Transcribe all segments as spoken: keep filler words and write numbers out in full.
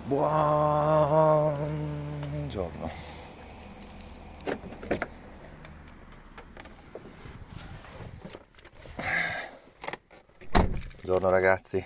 Buongiorno. Buongiorno ragazzi.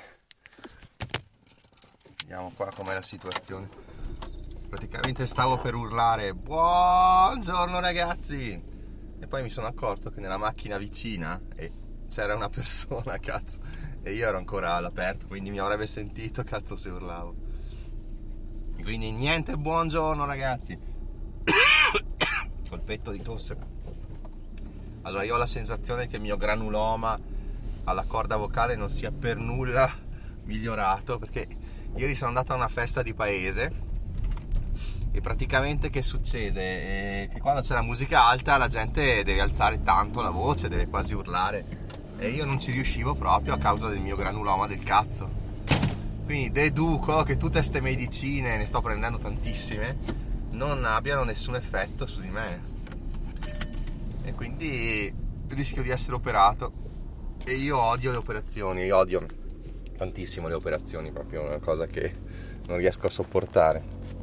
Vediamo qua com'è la situazione. Praticamente stavo per urlare buongiorno ragazzi e poi mi sono accorto che nella macchina vicina e c'era una persona, cazzo, e io ero ancora all'aperto, quindi mi avrebbe sentito, cazzo, se urlavo. Quindi niente buongiorno ragazzi. Colpetto di tosse. Allora, io ho la sensazione che il mio granuloma alla corda vocale non sia per nulla migliorato, perché ieri sono andato a una festa di paese e praticamente che succede? Eh, che quando c'è la musica alta la gente deve alzare tanto la voce, deve quasi urlare, e io non ci riuscivo proprio a causa del mio granuloma del cazzo. Quindi deduco che tutte ste medicine, ne sto prendendo tantissime, non abbiano nessun effetto su di me, e quindi rischio di essere operato. E io odio le operazioni, io odio tantissimo le operazioni, proprio una cosa che non riesco a sopportare.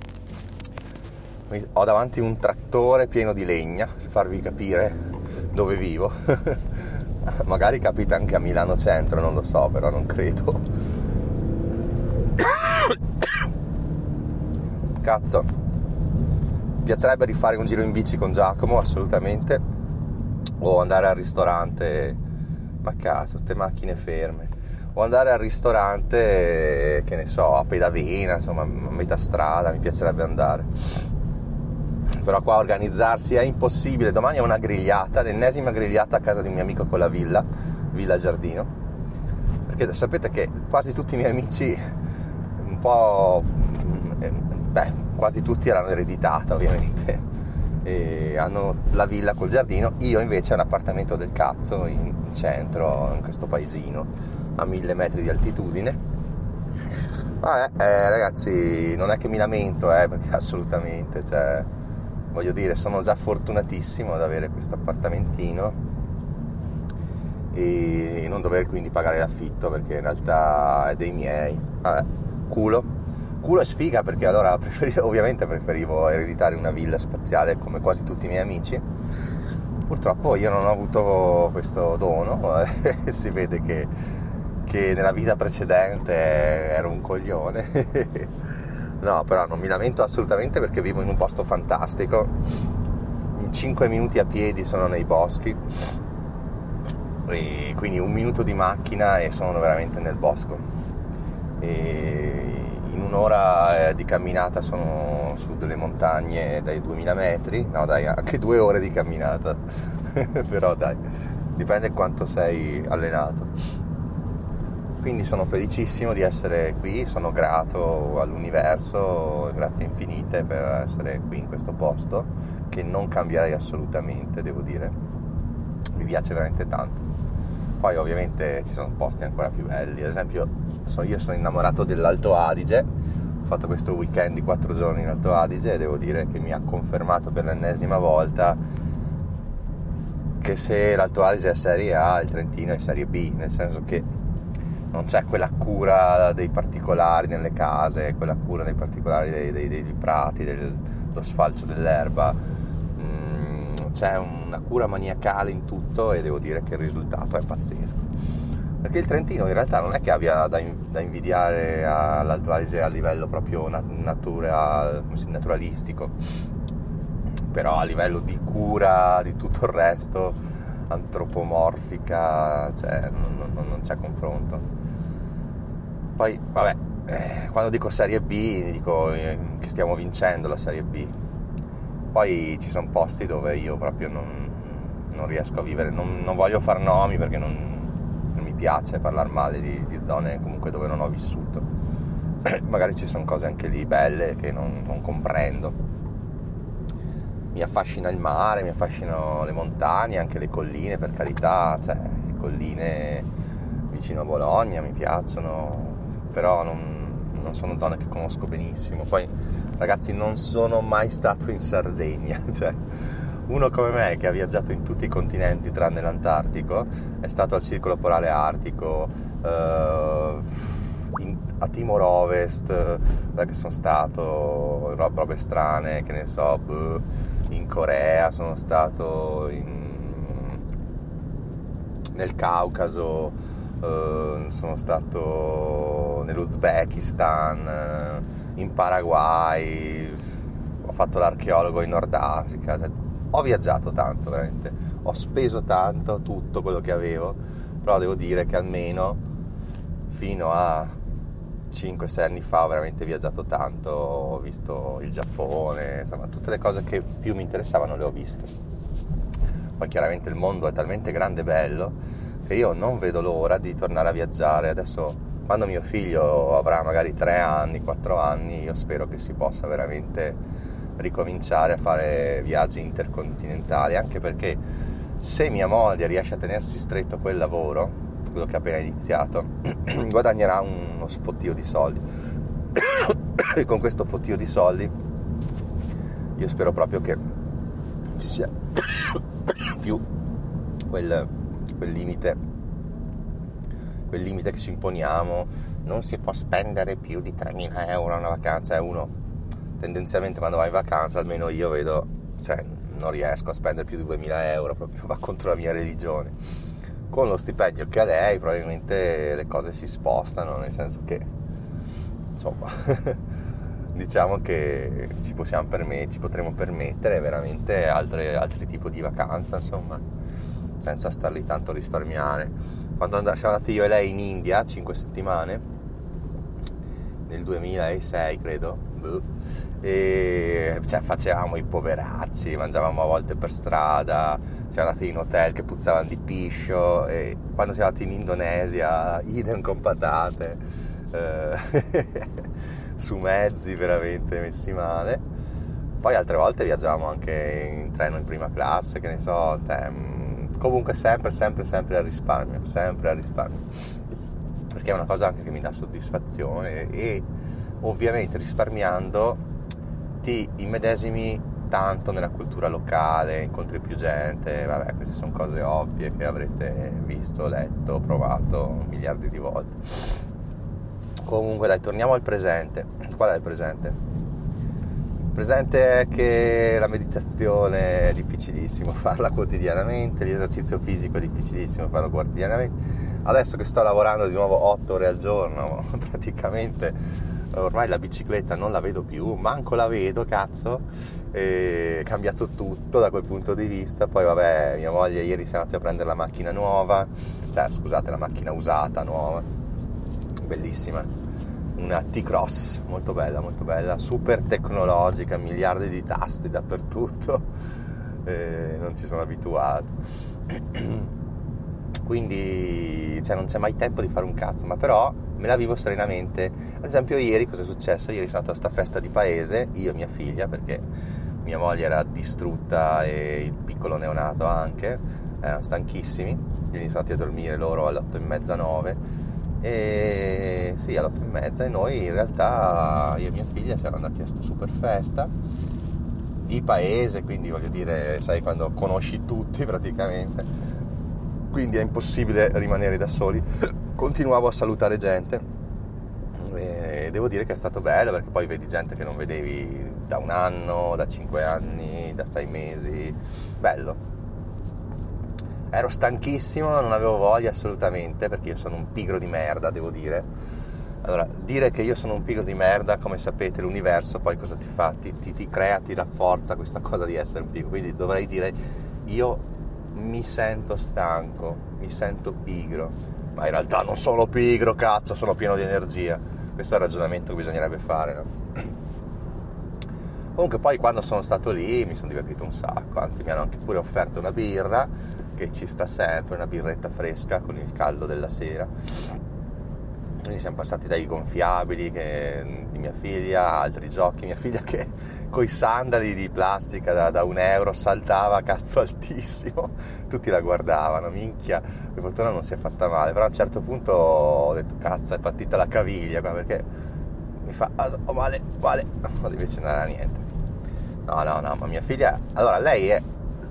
Ho davanti un trattore pieno di legna, per farvi capire dove vivo. Magari capita anche a Milano Centro, non lo so, però non credo. Cazzo, mi piacerebbe rifare un giro in bici con Giacomo, assolutamente, o andare al ristorante, ma cazzo, ste macchine ferme, o andare al ristorante, che ne so, a Pedavena, insomma, a metà strada, mi piacerebbe andare. Però qua organizzarsi è impossibile. Domani è una grigliata, l'ennesima grigliata a casa di un mio amico con la villa, Villa Giardino, perché sapete che quasi tutti i miei amici, un po', beh, quasi tutti l'hanno ereditata ovviamente, e hanno la villa col giardino. Io invece ho un appartamento del cazzo in centro, in questo paesino a mille metri di altitudine. Vabbè, eh, ragazzi, non è che mi lamento, eh, perché assolutamente, cioè, voglio dire, sono già fortunatissimo ad avere questo appartamentino e non dover quindi pagare l'affitto, perché in realtà è dei miei. Vabbè, culo culo e sfiga, perché allora preferivo, ovviamente preferivo ereditare una villa spaziale come quasi tutti i miei amici. Purtroppo io non ho avuto questo dono e si vede che, che nella vita precedente ero un coglione. No, però non mi lamento assolutamente, perché vivo in un posto fantastico. In cinque minuti a piedi sono nei boschi, e quindi un minuto di macchina e sono veramente nel bosco, e in un'ora di camminata sono su delle montagne dai duemila metri, no dai, anche due ore di camminata, però dai, dipende quanto sei allenato. Quindi sono felicissimo di essere qui, sono grato all'universo, grazie infinite per essere qui in questo posto, che non cambierei assolutamente, devo dire. Mi piace veramente tanto. Poi ovviamente ci sono posti ancora più belli, ad esempio io sono innamorato dell'Alto Adige, ho fatto questo weekend di quattro giorni in Alto Adige e devo dire che mi ha confermato per l'ennesima volta che se l'Alto Adige è Serie A, il Trentino è Serie B, nel senso che non c'è quella cura dei particolari nelle case, quella cura dei particolari dei, dei, dei prati, dello sfalcio dell'erba. Mm, c'è una cura maniacale in tutto e devo dire che il risultato è pazzesco. Perché il Trentino in realtà non è che abbia da, da invidiare all'Alto Adige a livello proprio natura, naturalistico, però a livello di cura di tutto il resto, antropomorfica, cioè non, non, non c'è confronto. Poi vabbè, eh, quando dico Serie B dico eh, che stiamo vincendo la Serie B. Poi ci sono posti dove io proprio non, non riesco a vivere, non, non voglio far nomi perché non, non mi piace parlare male di, di zone comunque dove non ho vissuto. Magari ci sono cose anche lì belle che non, non comprendo. Mi affascina il mare, mi affascinano le montagne, anche le colline, per carità, cioè le colline vicino a Bologna mi piacciono, però non, non sono zone che conosco benissimo. Poi ragazzi, non sono mai stato in Sardegna, cioè uno come me che ha viaggiato in tutti i continenti tranne l'Antartico, è stato al Circolo Polare Artico, eh, in, a Timor Ovest, perché sono stato, robe strane, che ne so, in Corea, sono stato in, nel Caucaso, eh, sono stato nell'Uzbekistan, in Paraguay, ho fatto l'archeologo in Nord Africa, cioè, ho viaggiato tanto, veramente, ho speso tanto, tutto quello che avevo, però devo dire che almeno fino a cinque sei anni fa ho veramente viaggiato tanto, ho visto il Giappone, insomma tutte le cose che più mi interessavano le ho viste. Poi chiaramente il mondo è talmente grande e bello che io non vedo l'ora di tornare a viaggiare. Adesso, quando mio figlio avrà magari tre anni, quattro anni, io spero che si possa veramente ricominciare a fare viaggi intercontinentali, anche perché se mia moglie riesce a tenersi stretto quel lavoro, quello che ha appena iniziato, guadagnerà uno sfottio di soldi e con questo fottio di soldi io spero proprio che ci sia più quel, quel limite quel limite che ci imponiamo. Non si può spendere più di tremila euro a una vacanza, e uno tendenzialmente quando va in vacanza, almeno io vedo, cioè non riesco a spendere più di duemila euro, proprio va contro la mia religione. Con lo stipendio che ha lei probabilmente le cose si spostano, nel senso che insomma diciamo che ci possiamo permettere, ci potremo permettere veramente altre, altri tipi di vacanza, insomma, senza star lì tanto a risparmiare. Quando and- siamo andati io e lei in India cinque settimane nel duemilasei credo, e cioè, facevamo i poveracci, mangiavamo a volte per strada, siamo andati in hotel che puzzavano di piscio, e quando siamo andati in Indonesia idem con patate, eh, su mezzi veramente messi male. Poi altre volte viaggiavamo anche in treno in prima classe, che ne so, cioè, comunque sempre sempre sempre al risparmio, sempre al risparmio, perché è una cosa anche che mi dà soddisfazione, e ovviamente risparmiando ti immedesimi tanto nella cultura locale, incontri più gente, vabbè, queste sono cose ovvie che avrete visto, letto, provato miliardi di volte. Comunque dai, torniamo al presente. Qual è il presente? Il presente è che la meditazione è difficilissimo farla quotidianamente, l'esercizio fisico è difficilissimo farlo quotidianamente. Adesso che sto lavorando di nuovo otto ore al giorno, praticamente ormai la bicicletta non la vedo più, manco la vedo, cazzo, è cambiato tutto da quel punto di vista. Poi vabbè, mia moglie ieri siamo andati a prendere la macchina nuova, cioè scusate, la macchina usata nuova, bellissima, una T-Cross, molto bella, molto bella, super tecnologica, miliardi di tasti dappertutto, e non ci sono abituato. Quindi cioè, non c'è mai tempo di fare un cazzo, ma però me la vivo serenamente. Ad esempio ieri cosa è successo? Ieri sono andato a sta festa di paese, io e mia figlia, perché mia moglie era distrutta e il piccolo neonato anche, erano stanchissimi, quindi sono andati a dormire loro alle otto e mezza, nove, e sì, alle otto e mezza, e noi in realtà io e mia figlia siamo andati a sta super festa di paese, quindi voglio dire, sai, quando conosci tutti praticamente, quindi è impossibile rimanere da soli. Continuavo a salutare gente e devo dire che è stato bello, perché poi vedi gente che non vedevi da un anno, da cinque anni, da sei mesi, bello. Ero stanchissimo, non avevo voglia assolutamente, perché io sono un pigro di merda, devo dire. Allora, dire che io sono un pigro di merda, come sapete, l'universo poi cosa ti fa? Ti, ti, ti crea, ti rafforza questa cosa di essere un pigro, quindi dovrei dire io mi sento stanco, mi sento pigro, ma in realtà non sono pigro, cazzo, sono pieno di energia. Questo è il ragionamento che bisognerebbe fare, no? Comunque poi quando sono stato lì mi sono divertito un sacco, anzi mi hanno anche pure offerto una birra, che ci sta sempre, una birretta fresca con il caldo della sera. Quindi siamo passati dai gonfiabili che, di mia figlia, altri giochi, mia figlia che coi sandali di plastica da, da un euro saltava a cazzo altissimo, tutti la guardavano, minchia, per fortuna non si è fatta male, però a un certo punto ho detto cazzo, è partita la caviglia qua, perché mi fa, oh male, male, ma invece non era niente. No, no, no, ma mia figlia, allora lei è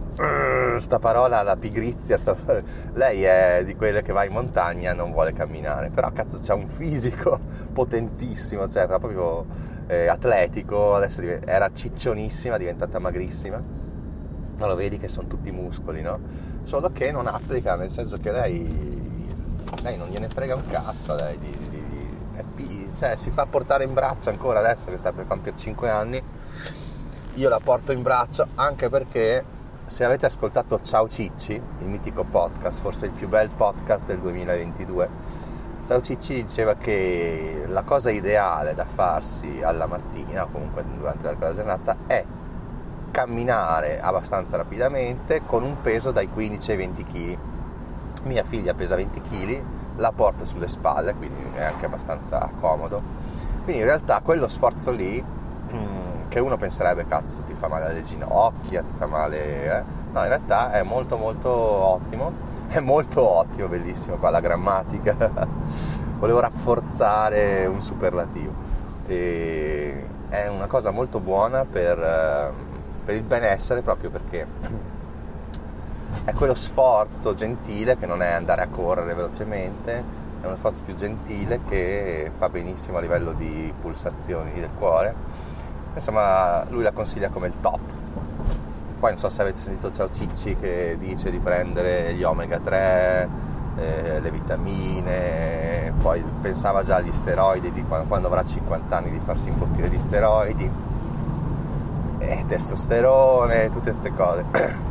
sta parola, la pigrizia, sta... lei è di quelle che va in montagna e non vuole camminare, però cazzo c'ha un fisico potentissimo, cioè proprio eh, atletico, adesso div... era ciccionissima, è diventata magrissima, ma lo vedi che sono tutti muscoli, no? Solo che non applica, nel senso che lei lei non gliene frega un cazzo, lei di, di, di... È pi... cioè si fa portare in braccio ancora adesso che sta per compiere cinque anni. Io la porto in braccio anche perché, se avete ascoltato Ciao Cicci, il mitico podcast, forse il più bel podcast del duemilaventidue, Ciao Cicci diceva che la cosa ideale da farsi alla mattina, o comunque durante l'arco della giornata, è camminare abbastanza rapidamente con un peso dai quindici ai venti chili. Mia figlia pesa venti chili, la porto sulle spalle, quindi è anche abbastanza comodo. Quindi in realtà quello sforzo lì, mh, che uno penserebbe cazzo ti fa male alle ginocchia, ti fa male, eh? No, in realtà è molto molto ottimo, è molto ottimo, bellissimo qua la grammatica, volevo rafforzare un superlativo, e è una cosa molto buona per, per il benessere, proprio perché è quello sforzo gentile che non è andare a correre velocemente, è uno sforzo più gentile che fa benissimo a livello di pulsazioni del cuore. Insomma, lui la consiglia come il top. Poi non so se avete sentito Ciao Cicci che dice di prendere gli omega tre, eh, le vitamine, poi pensava già agli steroidi, di quando, quando avrà cinquanta anni di farsi imbottire di steroidi, e testosterone, tutte queste cose.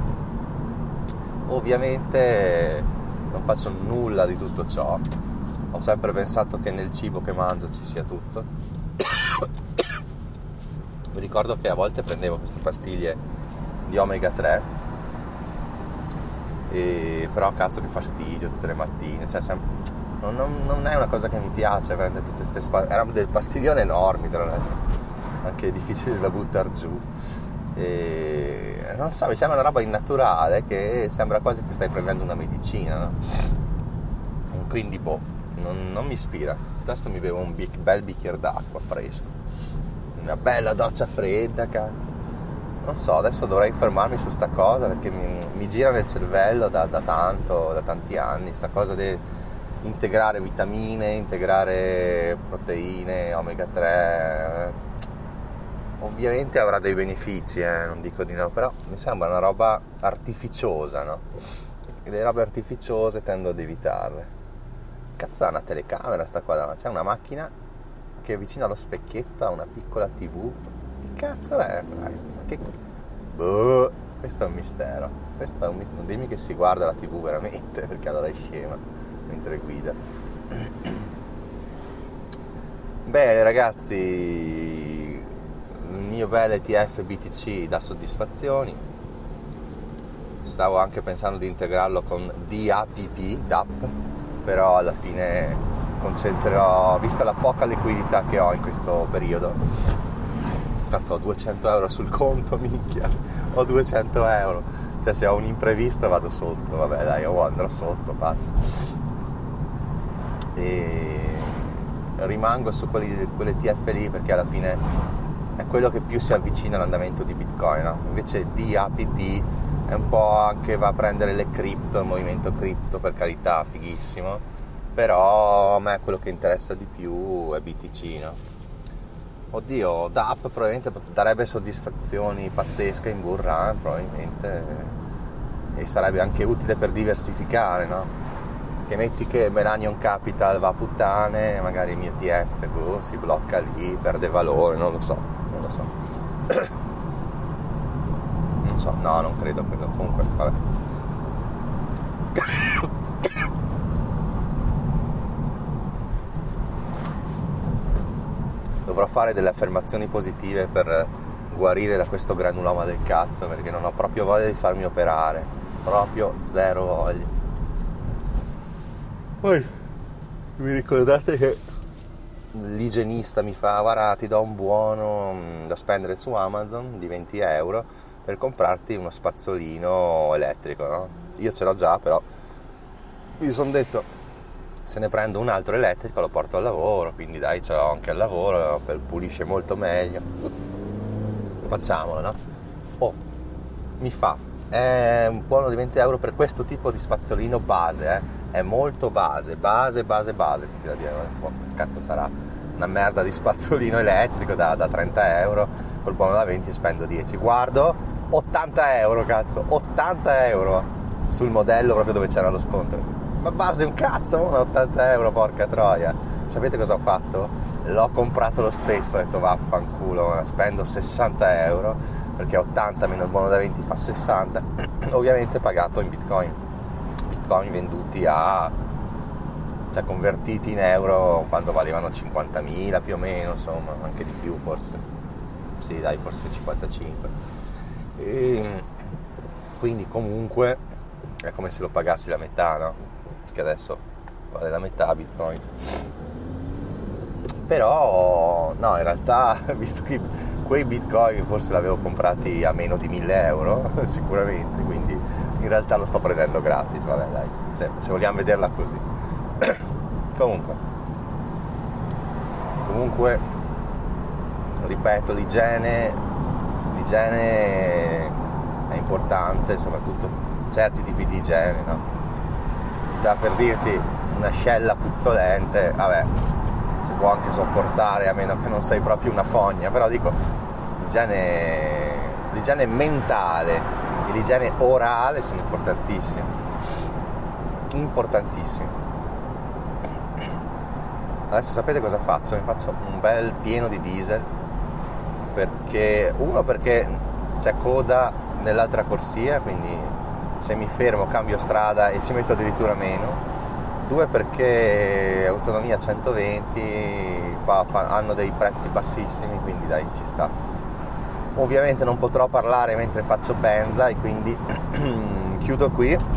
Ovviamente non faccio nulla di tutto ciò, ho sempre pensato che nel cibo che mangio ci sia tutto. Mi ricordo che a volte prendevo queste pastiglie di omega tre, e però cazzo che fastidio tutte le mattine, cioè sem- non, non, non è una cosa che mi piace prendere tutte queste spa- erano delle pastiglione enormi, tra l'altro anche difficili da buttare giù, e non so, mi sembra una roba innaturale che sembra quasi che stai prendendo una medicina, no? Quindi boh, non, non mi ispira. Piuttosto mi bevo un bic- bel bicchiere d'acqua fresco, una bella doccia fredda, cazzo. Non so, adesso dovrei informarmi su sta cosa, perché mi, mi gira nel cervello da, da tanto, da tanti anni, sta cosa di integrare vitamine, integrare proteine, omega tre. Ovviamente avrà dei benefici, eh, non dico di no, però mi sembra una roba artificiosa, no? E le robe artificiose tendo ad evitarle. Cazzo, ha una telecamera sta qua davanti, c'è una macchina che vicino allo specchietto ha una piccola tivù. Che cazzo è? Dai, ma che... Boh, questo è un mistero. Questo è un mistero. Non dimmi che si guarda la tivù veramente, perché allora è scema mentre guida. Bene ragazzi, il mio bel E T F B T C dà soddisfazioni. Stavo anche pensando di integrarlo con D A P P, D A P, però alla fine concentrerò, visto la poca liquidità che ho in questo periodo. Cazzo, ho duecento euro sul conto, minchia, ho duecento euro, cioè se ho un imprevisto vado sotto, vabbè dai, io andrò sotto, pace. E rimango su quelli, quelle T F lì, perché alla fine è quello che più si avvicina all'andamento di Bitcoin, no? Invece D A P P è un po' anche, va a prendere le cripto, il movimento cripto, per carità, fighissimo, però a me quello che interessa di più è B T C, no? Oddio, D A P probabilmente darebbe soddisfazioni pazzesche in bull run, probabilmente, e sarebbe anche utile per diversificare, no? Che metti che Melanion Capital va a puttane, magari il mio T F boh, si blocca lì, perde valore, non lo so, non lo so. Non so, no, non credo quello, comunque, vabbè. Dovrò fare delle affermazioni positive per guarire da questo granuloma del cazzo, perché non ho proprio voglia di farmi operare, proprio zero voglia. Poi vi ricordate che l'igienista mi fa: guarda, ti do un buono da spendere su Amazon di venti euro per comprarti uno spazzolino elettrico, no? Io ce l'ho già, però mi sono detto, se ne prendo un altro elettrico lo porto al lavoro, quindi dai, ce l'ho anche al lavoro, pulisce molto meglio, facciamolo, no? Oh, mi fa è un buono di venti euro per questo tipo di spazzolino base, eh. È molto base, base, base, base, da dire, oh, cazzo sarà una merda di spazzolino elettrico da, da trenta euro, col buono da venti spendo dieci, guardo ottanta euro, cazzo, ottanta euro sul modello proprio dove c'era lo sconto, ma base un cazzo, ottanta euro, porca troia. Sapete cosa ho fatto? L'ho comprato lo stesso, ho detto vaffanculo, spendo sessanta euro, perché ottanta meno il buono da venti fa sessanta, ovviamente pagato in bitcoin, bitcoin venduti a, cioè convertiti in euro quando valevano cinquantamila più o meno, insomma, anche di più forse, sì dai, forse cinquantacinque, e quindi comunque è come se lo pagassi la metà, no? Perché adesso vale la metà bitcoin. Però no, in realtà, visto che quei bitcoin forse l'avevo comprati a meno di mille euro sicuramente, quindi in realtà lo sto prendendo gratis, vabbè dai, se, se vogliamo vederla così. comunque comunque ripeto, l'igiene l'igiene è importante, soprattutto certi tipi di igiene, no? Già per dirti, un'ascella puzzolente, vabbè, si può anche sopportare a meno che non sei proprio una fogna, però dico, l'igiene, l'igiene mentale e l'igiene orale sono importantissime, importantissime. Adesso sapete cosa faccio? Mi faccio un bel pieno di diesel, perché uno perché c'è coda nell'altra corsia, quindi se mi fermo cambio strada e ci metto addirittura meno. Due perché autonomia centoventi, qua hanno dei prezzi bassissimi, quindi dai, ci sta. Ovviamente non potrò parlare mentre faccio benza e quindi chiudo qui.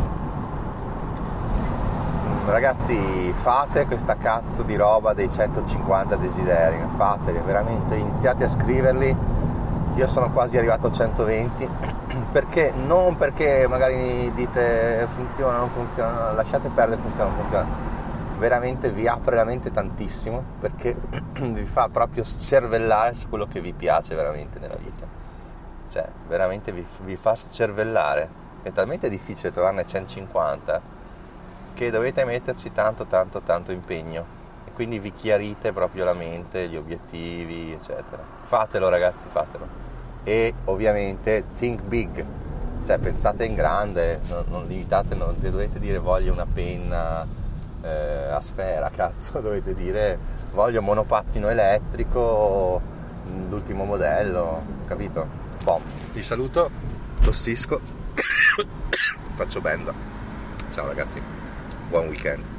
Ragazzi, fate questa cazzo di roba dei centocinquanta desideri, fateli, veramente, iniziate a scriverli. Io sono quasi arrivato a centoventi, perché non perché magari dite funziona, non funziona, lasciate perdere, funziona, non funziona, veramente vi apre la mente tantissimo, perché vi fa proprio scervellare su quello che vi piace veramente nella vita, cioè veramente vi, vi fa scervellare, è talmente difficile trovarne centocinquanta che dovete metterci tanto tanto tanto impegno, e quindi vi chiarite proprio la mente, gli obiettivi eccetera. Fatelo ragazzi, fatelo. E ovviamente think big, cioè pensate in grande, non, non limitate, non dovete dire voglio una penna eh, a sfera, cazzo, dovete dire voglio un monopattino elettrico, l'ultimo modello, capito? Boh, vi saluto, tossisco, faccio benza, ciao ragazzi, buon weekend.